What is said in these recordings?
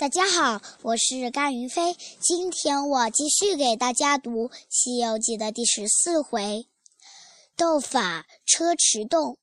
大家好，我是甘云飞。今天我继续给大家读《西游记》的第14回，斗法车迟洞。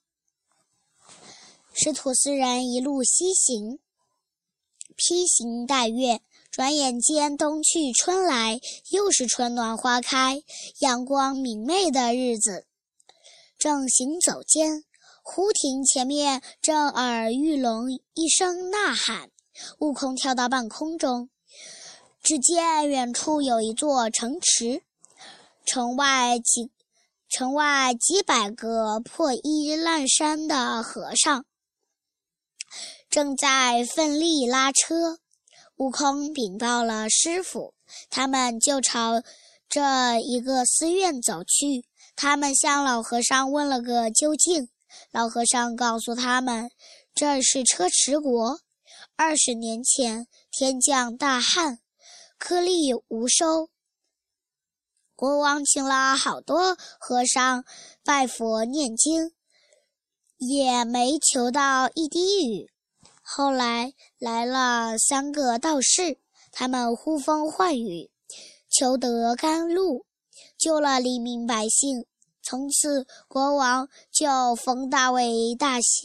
师徒四人一路西行，披星戴月，转眼间冬去春来，又是春暖花开、阳光明媚的日子。正行走间，忽听前面震耳欲聋一声呐喊，悟空跳到半空中，只见远处有一座城池，城外几百个破衣烂衫的和尚正在奋力拉车。悟空禀报了师傅，他们就朝这一个寺院走去。他们向老和尚问了个究竟，老和尚告诉他们，这是车迟国。20年前，天降大旱，颗粒无收。国王请了好多和尚拜佛念经，也没求到一滴雨。后来来了3个道士，他们呼风唤雨，求得甘露，救了黎民百姓。从此国王就封3位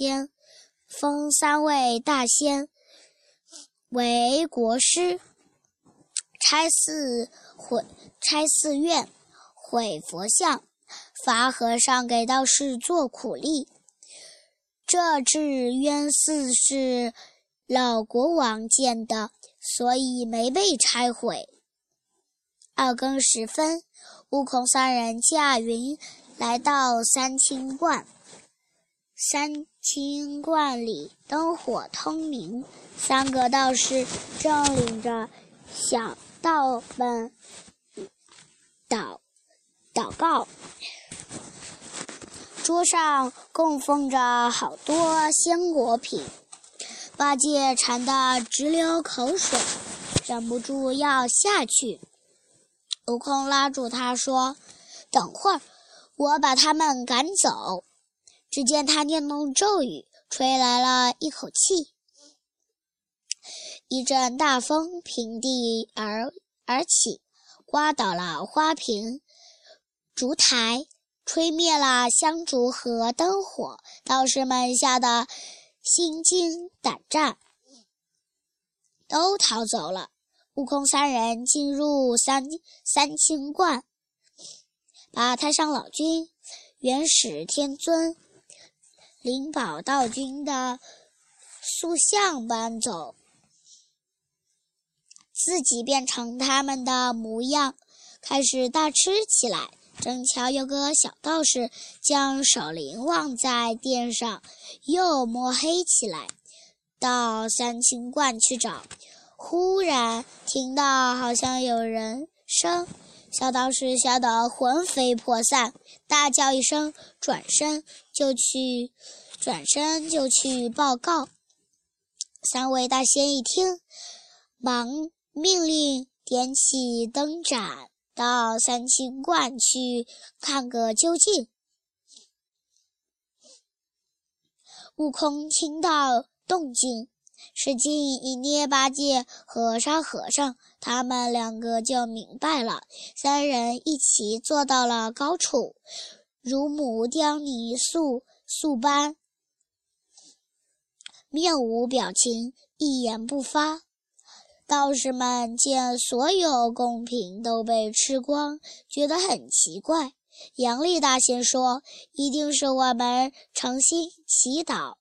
大仙为国师，拆寺院，毁佛像，罚和尚给道士做苦力。这智渊寺是老国王建的，所以没被拆毁。2更时分，悟空3人驾云来到三清观。三清观里灯火通明，3个道士正领着小道们祷告，桌上供奉着好多鲜果品。八戒馋得直流口水，忍不住要下去。悟空拉住他说，等会儿我把他们赶走。只见他念动咒语，吹来了一口气，一阵大风平地而起，刮倒了花瓶、烛台，吹灭了香烛和灯火。道士们吓得心惊胆战，都逃走了。悟空3人进入三清观，把太上老君、元始天尊、灵宝道君的塑像搬走，自己变成他们的模样，开始大吃起来。正巧有个小道士将手灵忘在殿上，又摸黑起来，到三清观去找。忽然听到好像有人声，小道士吓得魂飞魄散，大叫一声，转身就去报告。3位大仙一听，忙命令点起灯盏，到三清观去看个究竟。悟空听到动静，使劲一捏八戒和沙和尚，他们2个就明白了。3人一起坐到了高处，如母雕泥塑般，面无表情，一言不发。道士们见所有贡品都被吃光，觉得很奇怪。杨力大仙说，一定是我们诚心祈祷，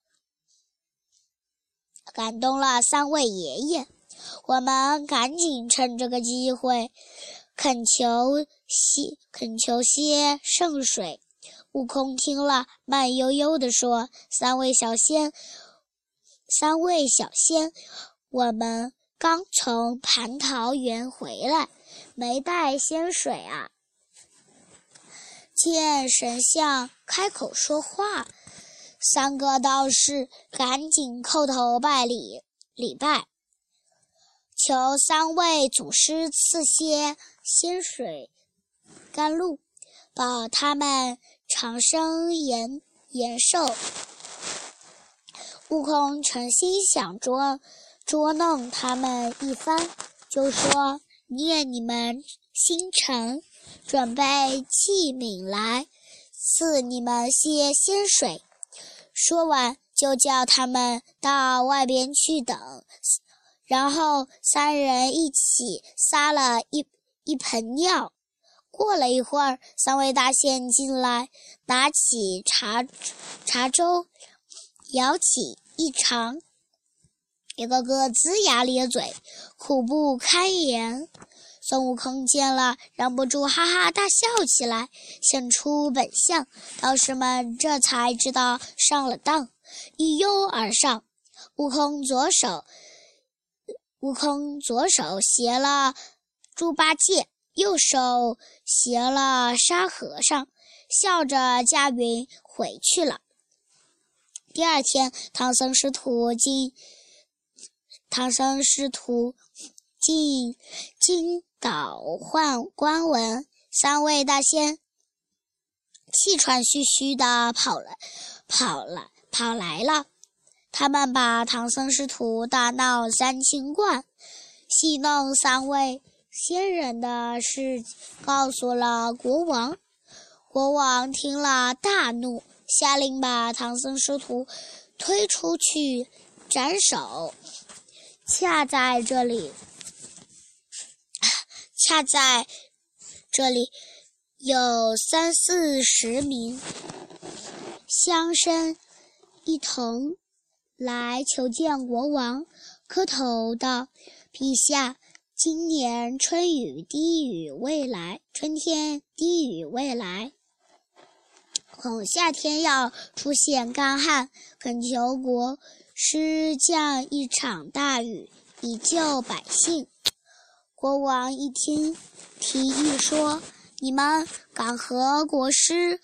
感动了3位爷爷，我们赶紧趁这个机会恳求些圣水。悟空听了，慢悠悠地说，三位小仙，我们刚从蟠桃园回来，没带仙水啊。见神像开口说话，3个道士赶紧叩头礼拜，求3位祖师赐些仙水甘露，保他们长生延寿。悟空诚心想捉弄他们一番，就说：念你们心诚，准备器皿来，赐你们些鲜水。说完就叫他们到外边去等，然后三人一起撒了一盆尿。过了一会儿，三位大仙进来，拿起茶粥，舀起一尝，一个个龇牙咧嘴，苦不堪言。孙悟空见了，忍不住哈哈大笑起来，现出本相。道士们这才知道上了当，一拥而上。悟空左手携了猪八戒，右手携了沙和尚，笑着驾云回去了。第二天，唐僧师徒进倒换官文，三位大仙气喘吁吁地跑来了。他们把唐僧师徒大闹三清观，戏弄三位仙人的事告诉了国王。国王听了大怒，下令把唐僧师徒推出去斩首。恰在这里有30-40名乡绅一同来求见国王，磕头道：陛下，今年春天低雨未来，恐夏天要出现干旱，恳求国师降一场大雨，以救百姓。国王一听，提议说：你们敢和国师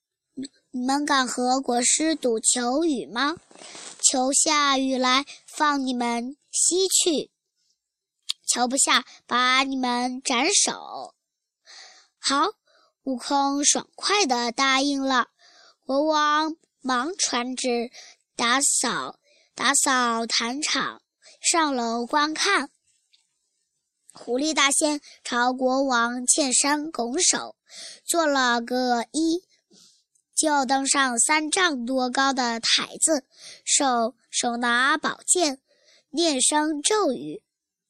赌求雨吗？求下雨来，放你们西去；求不下，把你们斩首。好，悟空爽快地答应了。国王忙传旨打扫坛场，上楼观看。狐狸大仙朝国王欠身拱手，做了个揖，就登上3丈多高的台子，手拿宝剑，念声咒语，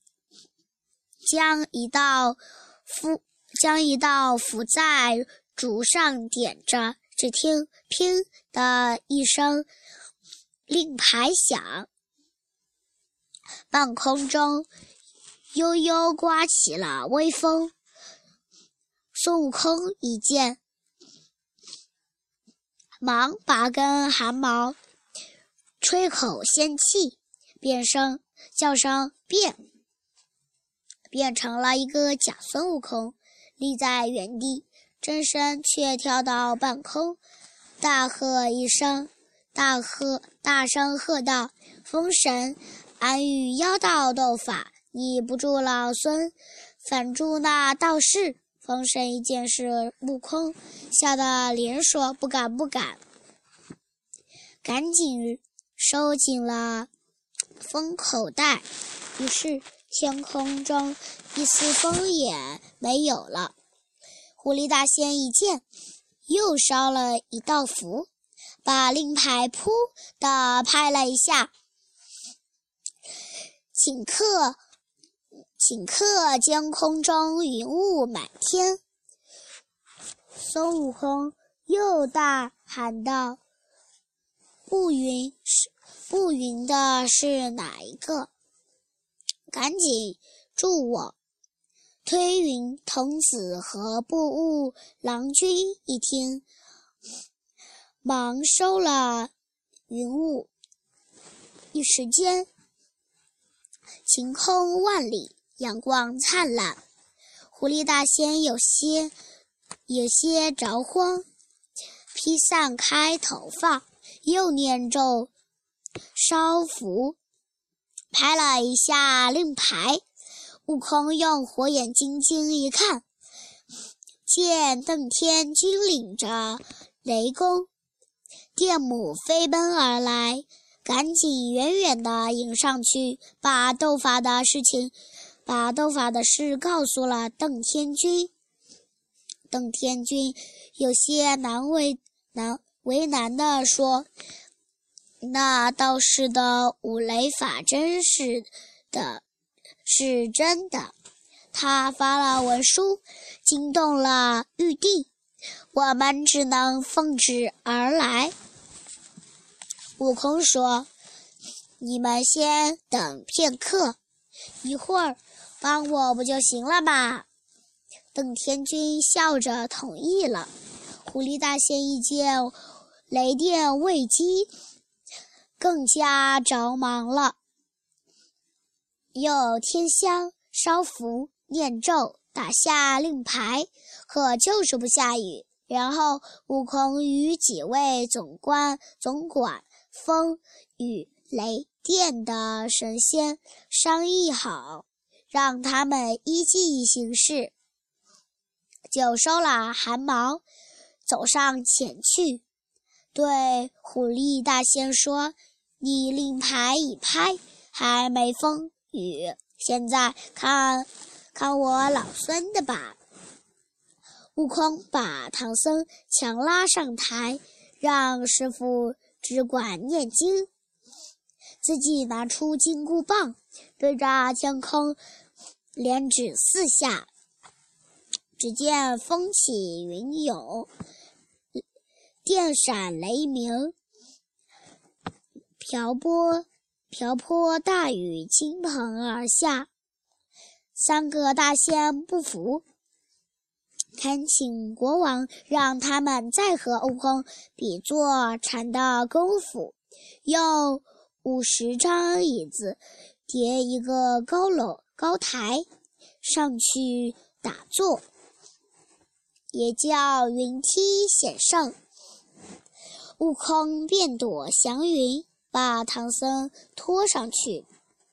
将一道符在竹上点着。只听乒的一声令牌响，半空中悠悠刮起了微风。孙悟空一见，忙拔根汗毛，吹口仙气，叫声变成了一个假孙悟空，立在原地，真身却跳到半空，大声喝道：风神，俺与妖道斗法，你不助老孙，反助那道士。风神一见是悟空，吓得连说不敢，赶紧收紧了风口袋。于是天空中一丝风也没有了。狐狸大仙一见，又烧了一道符，把令牌噗地拍了一下，顷刻间空中云雾满天。孙悟空又大喊道：不云的是哪一个？赶紧助我！推云童子和布雾郎君一听，忙收了云雾，一时间晴空万里，阳光灿烂。狐狸大仙有些着慌，披散开头发，又念咒烧符，拍了一下令牌。悟空用火眼金睛一看，见邓天君领着雷公电母飞奔而来， 赶紧远远地迎上去，把斗法的事告诉了邓天军。邓天军有些为难地说：“那道士的五雷法阵是真的，他发了文书，惊动了玉帝，我们只能奉旨而来。”悟空说：“你们先等片刻，一会儿帮我不就行了吗？”邓天军笑着同意了。狐狸大仙一见雷电未击，更加着忙了，又添香烧符念咒，打下令牌，可就是不下雨。然后悟空与几位总管风雨雷电的神仙商议好，让他们依计行事，就收了汗毛，走上前去，对狐狸大仙说：“你令牌已拍，还没风雨，现在看看我老孙的吧。”悟空把唐僧强拉上台，让师傅只管念经，自己拿出金箍棒，对着天空连指4下。只见风起云涌，电闪雷鸣，瓢泼大雨倾盆而下。3个大仙不服，恳请国王让他们再和悟空比作禅的功夫，用50张椅子叠一个高台上去打坐，也叫云梯显圣。悟空便躲祥云，把唐僧拖上去。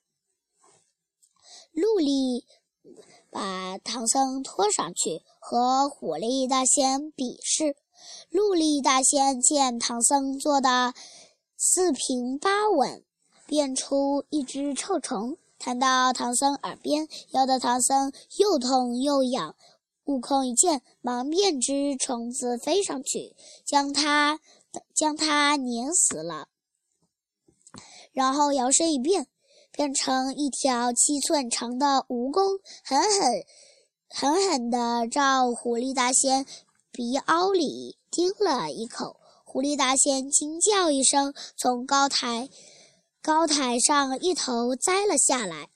陆力把唐僧拖上去，和狐狸大仙比试。陆力大仙见唐僧做的4平8稳，变出一只臭虫，弹到唐僧耳边，咬得唐僧又痛又痒。悟空一见，忙变只虫子飞上去，将它碾死了，然后摇身一变，变成一条7寸长的蜈蚣，狠狠地照狐狸大仙鼻凹里叮了一口。狐狸大仙惊叫一声，从高台上一头栽了下来。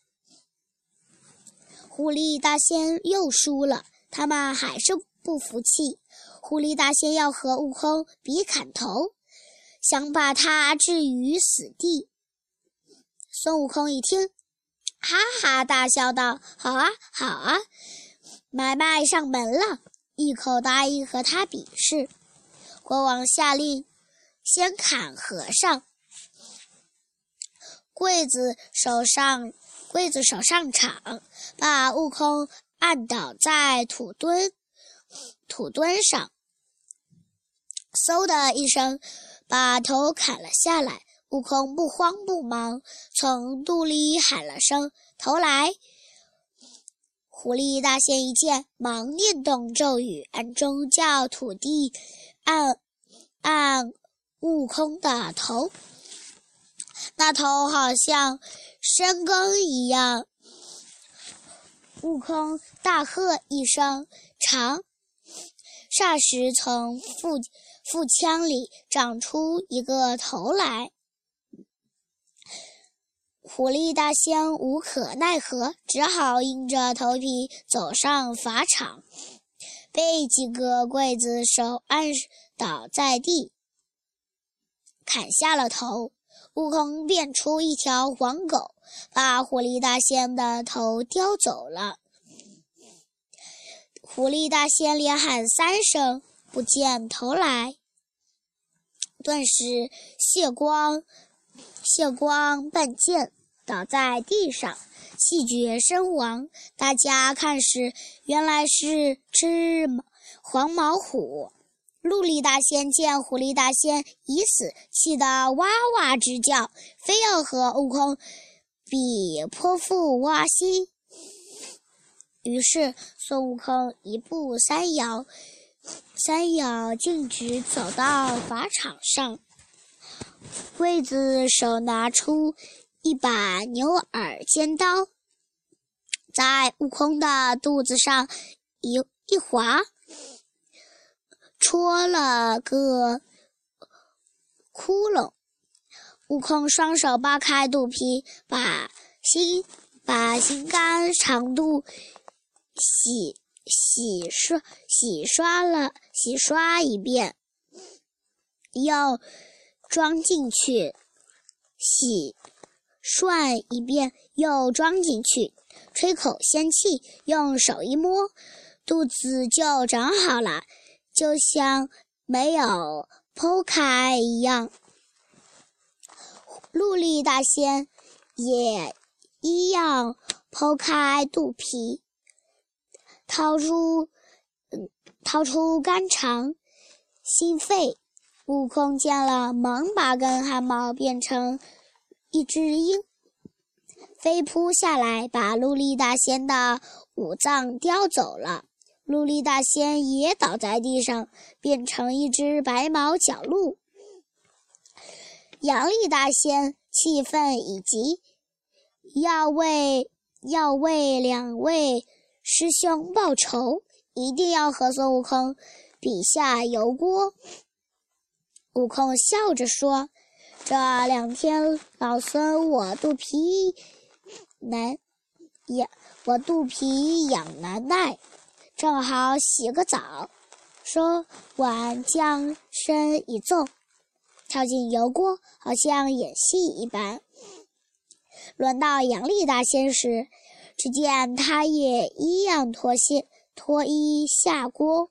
狐狸大仙又输了，他们还是不服气。狐狸大仙要和悟空比砍头，想把他置于死地。孙悟空一听，哈哈大笑道：“好啊，好啊，买卖上门了！”一口答应和他比试。国王下令，先砍和尚。刽子手上场，把悟空按倒在土墩上，嗖的一声把头砍了下来。悟空不慌不忙，从肚里喊了声：“头来！”狐狸大仙一见，忙念动咒语，暗中叫土地按悟空的头，那头好像深耕一样。悟空大喝一声“长”，霎时从腹腔里长出一个头来。狐狸大仙无可奈何，只好硬着头皮走上法场，被几个刽子手按倒在地，砍下了头。悟空变出一条黄狗，把狐狸大仙的头叼走了。狐狸大仙连喊3声，不见头来，顿时血光半溅，倒在地上，气绝身亡。大家看时，原来是只黄毛虎。 陆力大仙见狐狸大仙已死，气得哇哇直叫，非要和悟空比泼妇挖心。于是孙悟空一步三摇径直走到法场上，刽子手拿出一把牛耳尖刀，在悟空的肚子上一划，戳了个窟窿。悟空双手扒开肚皮，把心肝肠肚洗刷一遍，又装进去，洗涮一遍，又装进去，吹口仙气，用手一摸，肚子就长好了，就像没有剖开一样。陆力大仙也一样剖开肚皮，掏出肝肠、心肺。悟空见了，忙把根汗毛变成一只鹰，飞扑下来，把陆力大仙的五脏叼走了。陆力大仙也倒在地上，变成一只白毛角鹿。杨力大仙气愤已极，要为两位师兄报仇，一定要和孙悟空比下油锅。悟空笑着说：“这2天老孙我肚皮痒难耐，正好洗个澡。”说完将身一纵，跳进油锅，好像演戏一般。轮到杨力大仙时，只见他也一样脱衣下锅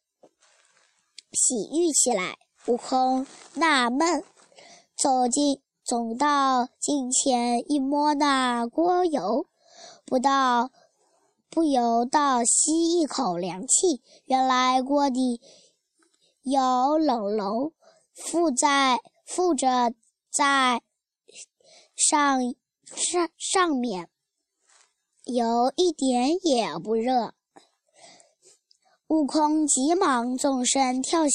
洗浴起来。悟空纳闷，走到近前一摸那锅油，不由倒吸一口凉气。原来锅底有冷龙附着在上面，有一点也不热。悟空急忙纵身跳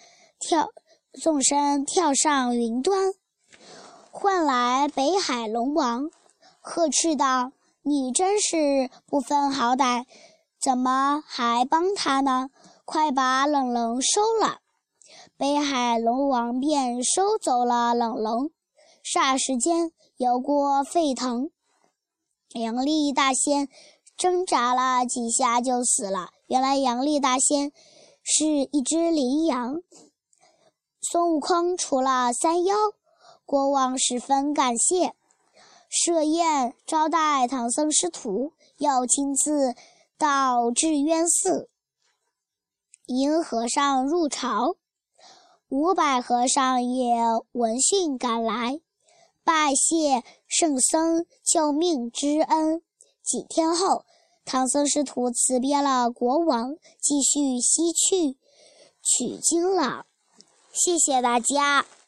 上云端，唤来北海龙王，呵斥道：“你真是不分好歹，怎么还帮他呢？快把冷龙收了！”北海龙王便收走了冷龙，霎时间油锅沸腾，杨力大仙挣扎了几下就死了。原来杨力大仙是一只羚羊。孙悟空除了3妖，国王十分感谢，设宴招待唐僧师徒，又亲自到智渊寺迎和尚入朝。500和尚也闻讯赶来，拜谢圣僧救命之恩。几天后，唐僧师徒辞别了国王，继续西去取经了。谢谢大家。